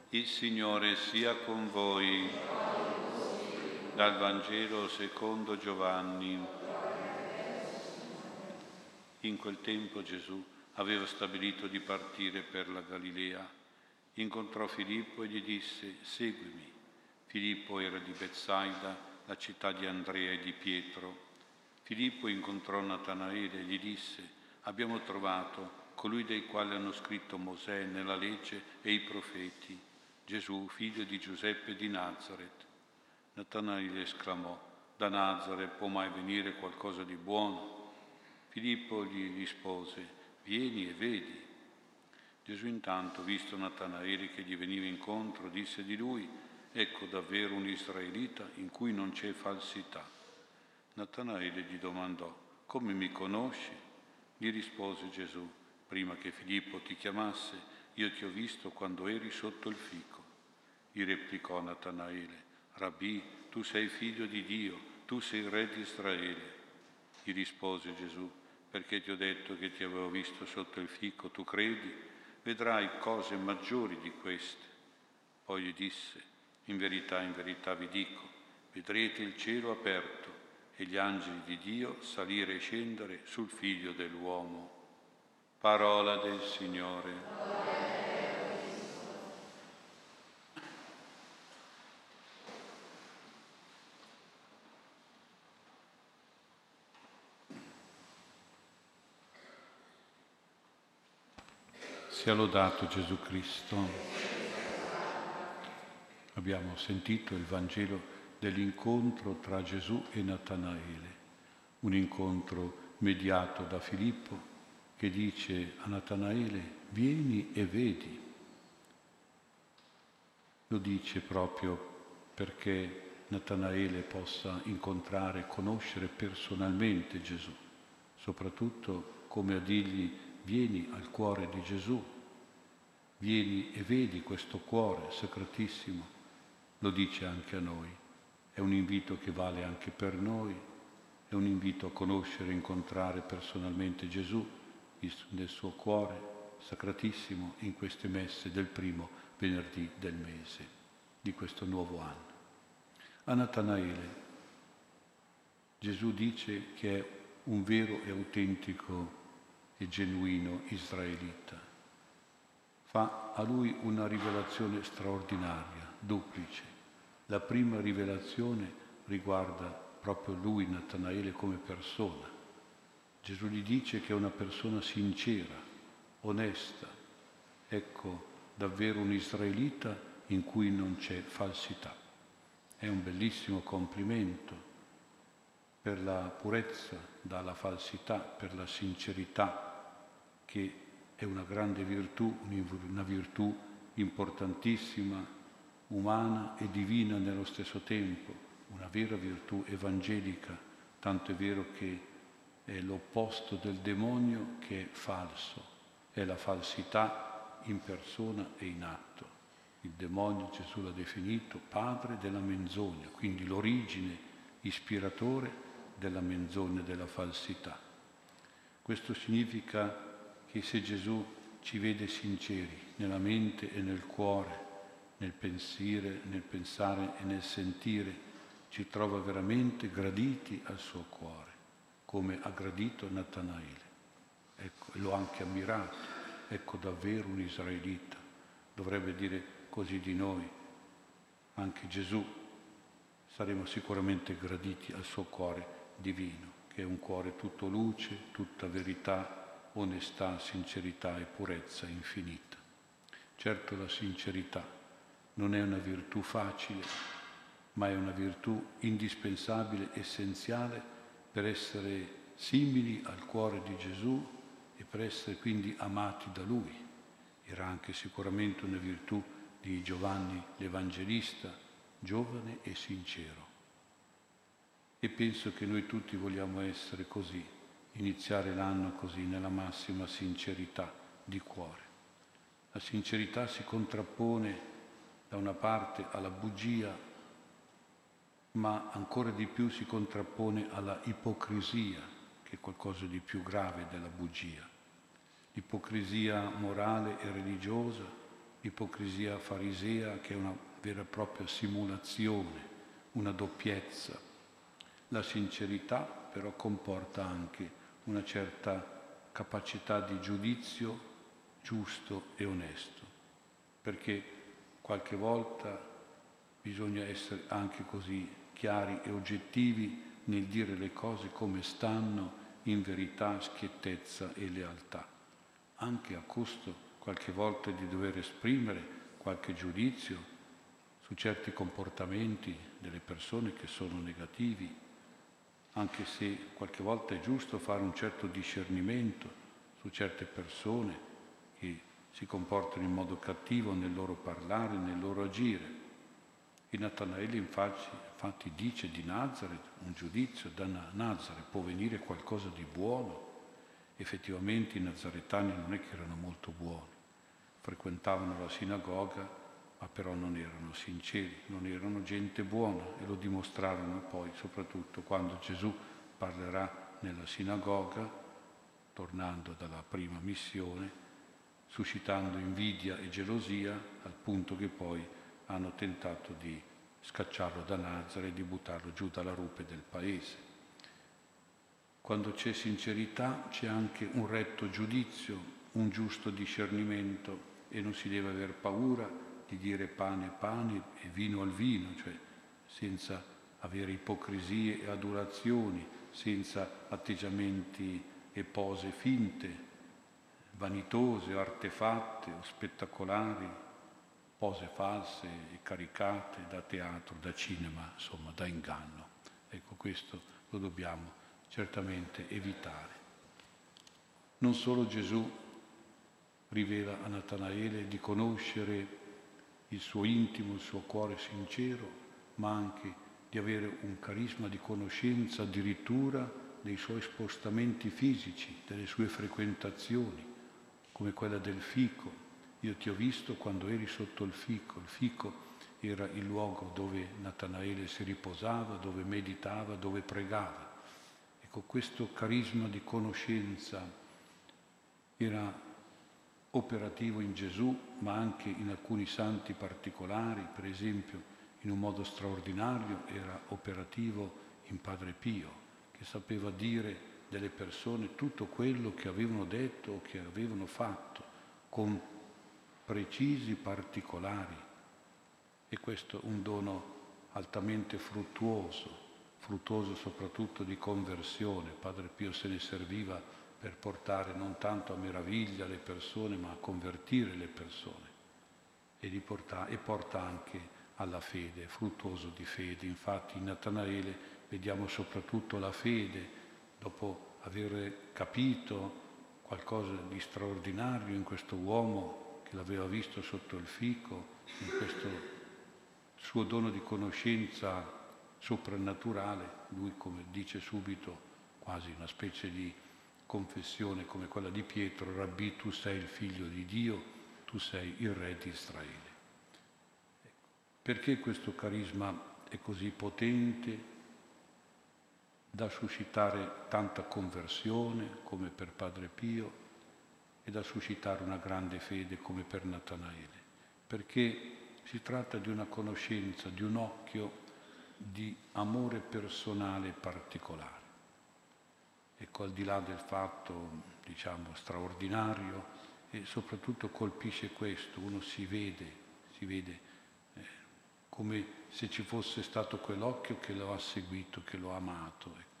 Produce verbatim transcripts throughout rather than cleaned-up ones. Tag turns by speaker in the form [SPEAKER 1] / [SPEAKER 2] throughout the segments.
[SPEAKER 1] Il Signore sia con voi. Dal Vangelo secondo Giovanni. In quel tempo Gesù aveva stabilito di partire per la Galilea. Incontrò Filippo e gli disse: «Seguimi». Filippo era di Betsaida, la città di Andrea e di Pietro. Filippo incontrò Natanaele e gli disse: «Abbiamo trovato colui dei quali hanno scritto Mosè nella legge e i profeti, Gesù, figlio di Giuseppe di Nazaret». Natanaele esclamò: «Da Nazaret può mai venire qualcosa di buono?» Filippo gli rispose: «Vieni e vedi». Gesù intanto, visto Natanaele che gli veniva incontro, disse di lui: «Ecco davvero un israelita in cui non c'è falsità». Natanaele gli domandò: «Come mi conosci?» Gli rispose Gesù: «Prima che Filippo ti chiamasse, io ti ho visto quando eri sotto il fico». Gli replicò Natanaele: «Rabbì, tu sei figlio di Dio, tu sei il re di Israele». Gli rispose Gesù: «Perché ti ho detto che ti avevo visto sotto il fico, tu credi? Vedrai cose maggiori di queste». Poi gli disse: «In verità, in verità vi dico, vedrete il cielo aperto e gli angeli di Dio salire e scendere sul Figlio dell'uomo». Parola del Signore. Sia lodato Gesù Cristo. Abbiamo sentito il Vangelo dell'incontro tra Gesù e Natanaele, un incontro mediato da Filippo che dice a Natanaele: «Vieni e vedi». Lo dice proprio perché Natanaele possa incontrare e conoscere personalmente Gesù, soprattutto come a dirgli: «Vieni al cuore di Gesù, vieni e vedi questo cuore sacratissimo». Lo dice anche a noi. È un invito che vale anche per noi, è un invito a conoscere e incontrare personalmente Gesù nel suo cuore sacratissimo in queste messe del primo venerdì del mese di questo nuovo anno. A Natanaele Gesù dice che è un vero e autentico e genuino israelita. Fa a lui una rivelazione straordinaria, duplice. La prima rivelazione riguarda proprio lui, Natanaele, come persona. Gesù gli dice che è una persona sincera, onesta. Ecco, davvero un israelita in cui non c'è falsità. È un bellissimo complimento per la purezza dalla falsità, per la sincerità, che è una grande virtù, una virtù importantissima, umana e divina nello stesso tempo, una vera virtù evangelica, tanto è vero che è l'opposto del demonio che è falso, è la falsità in persona e in atto. Il demonio Gesù l'ha definito padre della menzogna, quindi l'origine ispiratore della menzogna e della falsità. Questo significa che se Gesù ci vede sinceri nella mente e nel cuore, nel pensare, nel pensare e nel sentire, ci trova veramente graditi al suo cuore, come ha gradito Natanaele. Ecco, e l'ho anche ammirato. Ecco davvero un israelita. Dovrebbe dire così di noi. Anche Gesù saremo sicuramente graditi al suo cuore divino, che è un cuore tutto luce, tutta verità, onestà, sincerità e purezza infinita. Certo, la sincerità non è una virtù facile, ma è una virtù indispensabile, essenziale per essere simili al cuore di Gesù e per essere quindi amati da Lui. Era anche sicuramente una virtù di Giovanni l'Evangelista, giovane e sincero. E penso che noi tutti vogliamo essere così, iniziare l'anno così, nella massima sincerità di cuore. La sincerità si contrappone da una parte alla bugia, ma ancora di più si contrappone alla ipocrisia, che è qualcosa di più grave della bugia. L'ipocrisia morale e religiosa l'ipocrisia farisea, che è una vera e propria simulazione, una doppiezza. La sincerità però comporta anche una certa capacità di giudizio giusto e onesto, perché qualche volta bisogna essere anche così chiari e oggettivi nel dire le cose come stanno, in verità, schiettezza e lealtà, anche a costo qualche volta di dover esprimere qualche giudizio su certi comportamenti delle persone che sono negativi, anche se qualche volta è giusto fare un certo discernimento su certe persone che si comportano in modo cattivo nel loro parlare, nel loro agire. E Natanaele infatti, infatti dice di Nazareth, un giudizio, da Nazareth può venire qualcosa di buono. Effettivamente i nazaretani non è che erano molto buoni, frequentavano la sinagoga, ma però non erano sinceri, non erano gente buona, e lo dimostrarono poi soprattutto quando Gesù parlerà nella sinagoga, tornando dalla prima missione, suscitando invidia e gelosia, al punto che poi hanno tentato di scacciarlo da Nazareth e di buttarlo giù dalla rupe del paese. Quando c'è sincerità c'è anche un retto giudizio, un giusto discernimento, e non si deve aver paura di dire pane pane e vino al vino, cioè senza avere ipocrisie e adulazioni, senza atteggiamenti e pose finte, vanitose o artefatte o spettacolari, pose false e caricate da teatro, da cinema, insomma da inganno. Ecco, questo lo dobbiamo certamente evitare. Non solo Gesù rivela a Natanaele di conoscere il suo intimo, il suo cuore sincero, ma anche di avere un carisma di conoscenza addirittura dei suoi spostamenti fisici, delle sue frequentazioni, come quella del fico. Io ti ho visto quando eri sotto il fico. Il fico era il luogo dove Natanaele si riposava, dove meditava, dove pregava. Ecco, questo carisma di conoscenza era operativo in Gesù, ma anche in alcuni santi particolari. Per esempio, in un modo straordinario era operativo in Padre Pio, che sapeva dire delle persone tutto quello che avevano detto o che avevano fatto, con precisi particolari. E questo è un dono altamente fruttuoso, fruttuoso soprattutto di conversione. Padre Pio se ne serviva per portare non tanto a meraviglia le persone, ma a convertire le persone, e, li porta, e porta anche alla fede, fruttuoso di fede. Infatti in Natanaele vediamo soprattutto la fede, dopo aver capito qualcosa di straordinario in questo uomo che l'aveva visto sotto il fico, in questo suo dono di conoscenza soprannaturale. Lui, come dice subito, quasi una specie di confessione come quella di Pietro: Rabbì, tu sei il figlio di Dio, tu sei il re di Israele. Perché questo carisma è così potente da suscitare tanta conversione come per Padre Pio e da suscitare una grande fede come per Natanaele? Perché si tratta di una conoscenza, di un occhio di amore personale particolare. Ecco, al di là del fatto, diciamo, straordinario, e soprattutto colpisce questo: uno si vede, si vede eh, come se ci fosse stato quell'occhio che lo ha seguito, che lo ha amato. Ecco.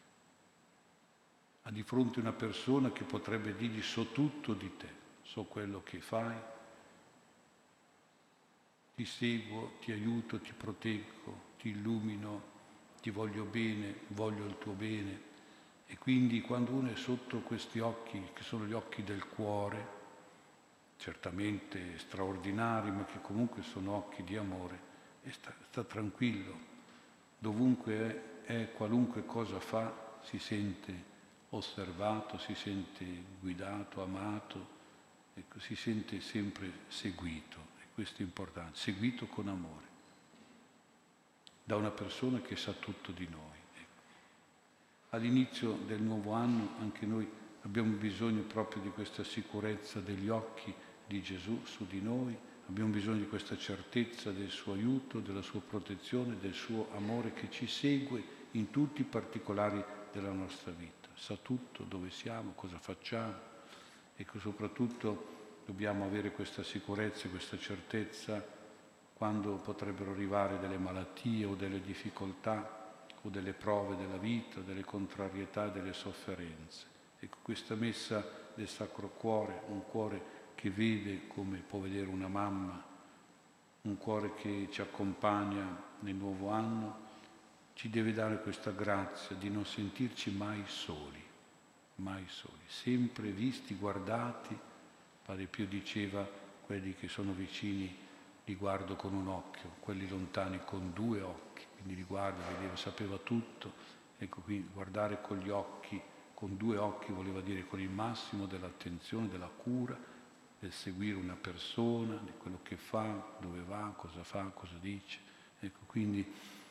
[SPEAKER 1] Ha di fronte una persona che potrebbe dirgli: so tutto di te, so quello che fai, ti seguo, ti aiuto, ti proteggo, ti illumino, ti voglio bene, voglio il tuo bene. E quindi quando uno è sotto questi occhi, che sono gli occhi del cuore, certamente straordinari, ma che comunque sono occhi di amore, e sta, sta tranquillo. Dovunque è, è, qualunque cosa fa, si sente osservato, si sente guidato, amato, ecco, si sente sempre seguito. E questo è importante, seguito con amore, da una persona che sa tutto di noi. All'inizio del nuovo anno anche noi abbiamo bisogno proprio di questa sicurezza degli occhi di Gesù su di noi, abbiamo bisogno di questa certezza del suo aiuto, della sua protezione, del suo amore che ci segue in tutti i particolari della nostra vita. Sa tutto, dove siamo, cosa facciamo, e che soprattutto dobbiamo avere questa sicurezza e questa certezza quando potrebbero arrivare delle malattie o delle difficoltà o delle prove della vita, delle contrarietà, delle sofferenze. Ecco, questa messa del Sacro Cuore, un cuore che vede come può vedere una mamma, un cuore che ci accompagna nel nuovo anno, ci deve dare questa grazia di non sentirci mai soli, mai soli, sempre visti, guardati. Padre Pio diceva, quelli che sono vicini li guardo con un occhio, quelli lontani con due occhi, quindi li guarda, vedeva, sapeva tutto. Ecco qui, guardare con gli occhi, con due occhi voleva dire con il massimo dell'attenzione, della cura, del seguire una persona, di quello che fa, dove va, cosa fa, cosa dice. Ecco, quindi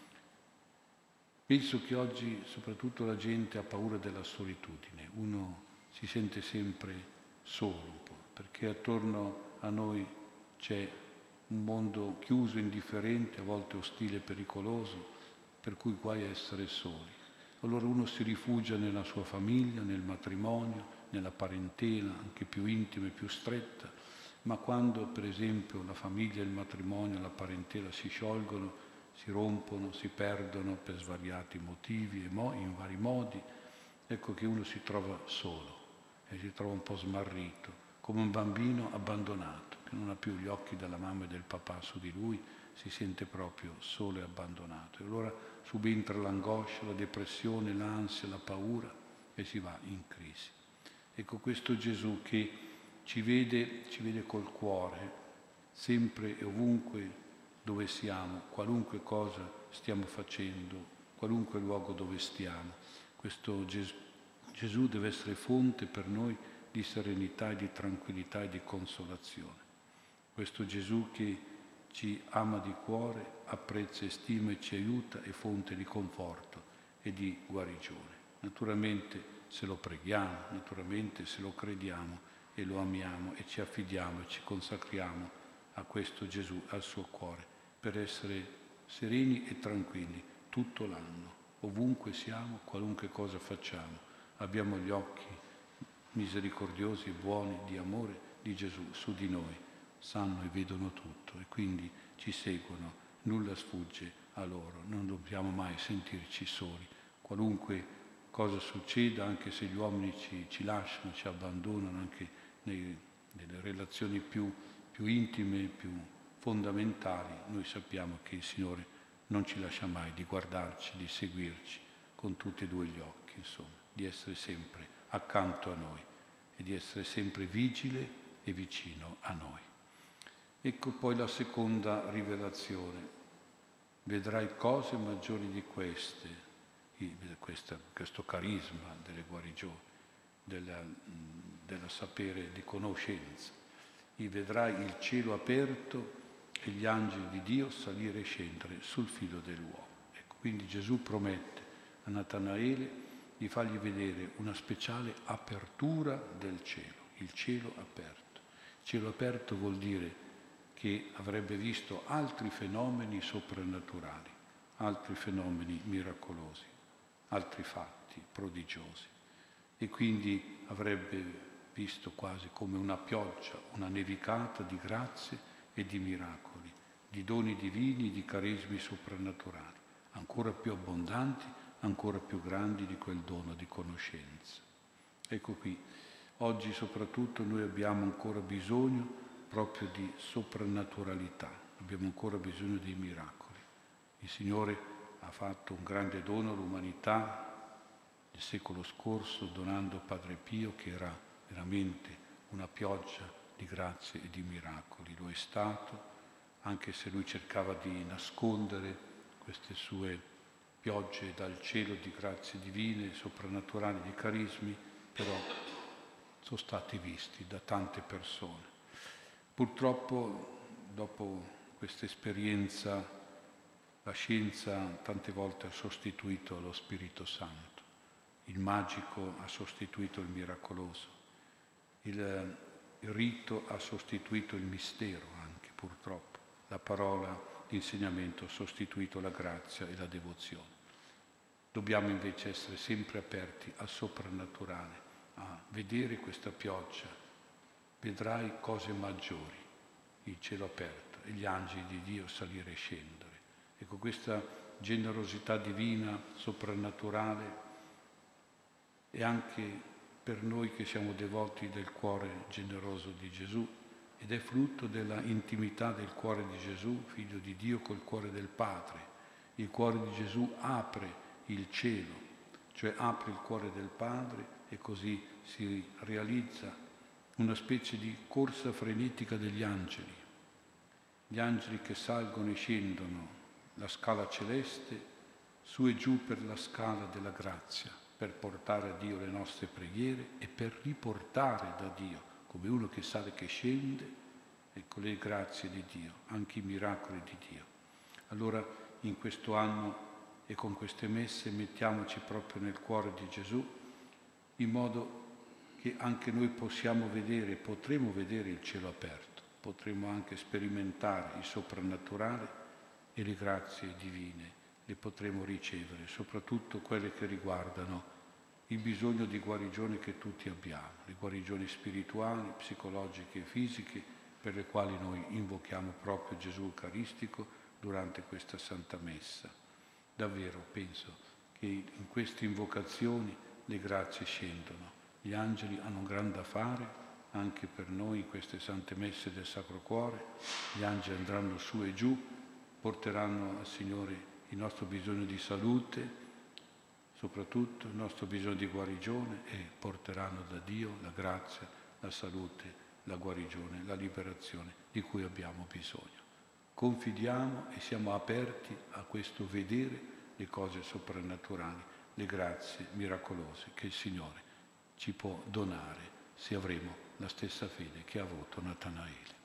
[SPEAKER 1] penso che oggi soprattutto la gente ha paura della solitudine, uno si sente sempre solo un po', perché attorno a noi c'è un mondo chiuso, indifferente, a volte ostile e pericoloso, per cui guai a essere soli. Allora uno si rifugia nella sua famiglia, nel matrimonio, nella parentela, anche più intima e più stretta, ma quando per esempio la famiglia, il matrimonio, la parentela si sciolgono, si rompono, si perdono per svariati motivi e mo- in vari modi, ecco che uno si trova solo e si trova un po' smarrito, come un bambino abbandonato, che non ha più gli occhi della mamma e del papà su di lui, si sente proprio solo e abbandonato. E allora subentra l'angoscia, la depressione, l'ansia, la paura e si va in crisi. Ecco questo Gesù che ci vede, ci vede col cuore, sempre e ovunque dove siamo, qualunque cosa stiamo facendo, qualunque luogo dove stiamo. Questo Gesù, Gesù deve essere fonte per noi di serenità e di tranquillità e di consolazione. Questo Gesù che ci ama di cuore, apprezza e stima e ci aiuta è fonte di conforto e di guarigione. Naturalmente se lo preghiamo, naturalmente se lo crediamo e lo amiamo e ci affidiamo e ci consacriamo a questo Gesù, al suo cuore, per essere sereni e tranquilli tutto l'anno, ovunque siamo, qualunque cosa facciamo. Abbiamo gli occhi misericordiosi e buoni di amore di Gesù su di noi, sanno e vedono tutto e quindi ci seguono, nulla sfugge a loro, non dobbiamo mai sentirci soli, qualunque cosa succeda, anche se gli uomini ci, ci lasciano, ci abbandonano, anche nei, nelle relazioni più, più intime, più fondamentali, noi sappiamo che il Signore non ci lascia mai di guardarci, di seguirci con tutti e due gli occhi, insomma, di essere sempre accanto a noi e di essere sempre vigile e vicino a noi. Ecco poi la seconda rivelazione. Vedrai cose maggiori di queste, questa, questo carisma delle guarigioni, della, della sapere di conoscenza. E vedrai il cielo aperto e gli angeli di Dio salire e scendere sul figlio dell'uomo. Ecco, quindi Gesù promette a Natanaele di fargli vedere una speciale apertura del cielo, il cielo aperto. Il cielo aperto vuol dire che avrebbe visto altri fenomeni soprannaturali, altri fenomeni miracolosi, altri fatti prodigiosi. E quindi avrebbe visto quasi come una pioggia, una nevicata di grazie e di miracoli, di doni divini, di carismi soprannaturali, ancora più abbondanti, ancora più grandi di quel dono di conoscenza. Ecco qui, oggi soprattutto noi abbiamo ancora bisogno proprio di soprannaturalità, abbiamo ancora bisogno di miracoli. Il Signore ha fatto un grande dono all'umanità il secolo scorso donando Padre Pio, che era veramente una pioggia di grazie e di miracoli. Lo è stato, anche se lui cercava di nascondere queste sue piogge dal cielo di grazie divine, soprannaturali, di carismi, però sono stati visti da tante persone. Purtroppo, dopo questa esperienza, la scienza tante volte ha sostituito lo Spirito Santo, il magico ha sostituito il miracoloso, il, il il rito ha sostituito il mistero anche, purtroppo. La parola, l'insegnamento ha sostituito la grazia e la devozione. Dobbiamo invece essere sempre aperti al soprannaturale, a vedere questa pioggia. Vedrai cose maggiori, il cielo aperto e gli angeli di Dio salire e scendere. Ecco, questa generosità divina, soprannaturale, e anche per noi che siamo devoti del cuore generoso di Gesù, ed è frutto della intimità del cuore di Gesù, figlio di Dio, col cuore del Padre. Il cuore di Gesù apre il cielo, cioè apre il cuore del Padre, e così si realizza una specie di corsa frenetica degli angeli. Gli angeli che salgono e scendono la scala celeste, su e giù per la scala della grazia, per portare a Dio le nostre preghiere e per riportare da Dio, come uno che sale e che scende, ecco, le grazie di Dio, anche i miracoli di Dio. Allora, in questo anno e con queste messe mettiamoci proprio nel cuore di Gesù, in modo che anche noi possiamo vedere, potremo vedere il cielo aperto, potremo anche sperimentare il soprannaturale e le grazie divine, le potremo ricevere, soprattutto quelle che riguardano il bisogno di guarigione che tutti abbiamo, le guarigioni spirituali, psicologiche e fisiche, per le quali noi invochiamo proprio Gesù Eucaristico durante questa Santa Messa. Davvero penso che in queste invocazioni le grazie scendono. Gli angeli hanno un gran da fare anche per noi in queste Sante Messe del Sacro Cuore. Gli angeli andranno su e giù, porteranno al Signore il nostro bisogno di salute, soprattutto il nostro bisogno di guarigione, e porteranno da Dio la grazia, la salute, la guarigione, la liberazione di cui abbiamo bisogno. Confidiamo e siamo aperti a questo vedere le cose soprannaturali, le grazie miracolose che il Signore ci può donare se avremo la stessa fede che ha avuto Natanaele.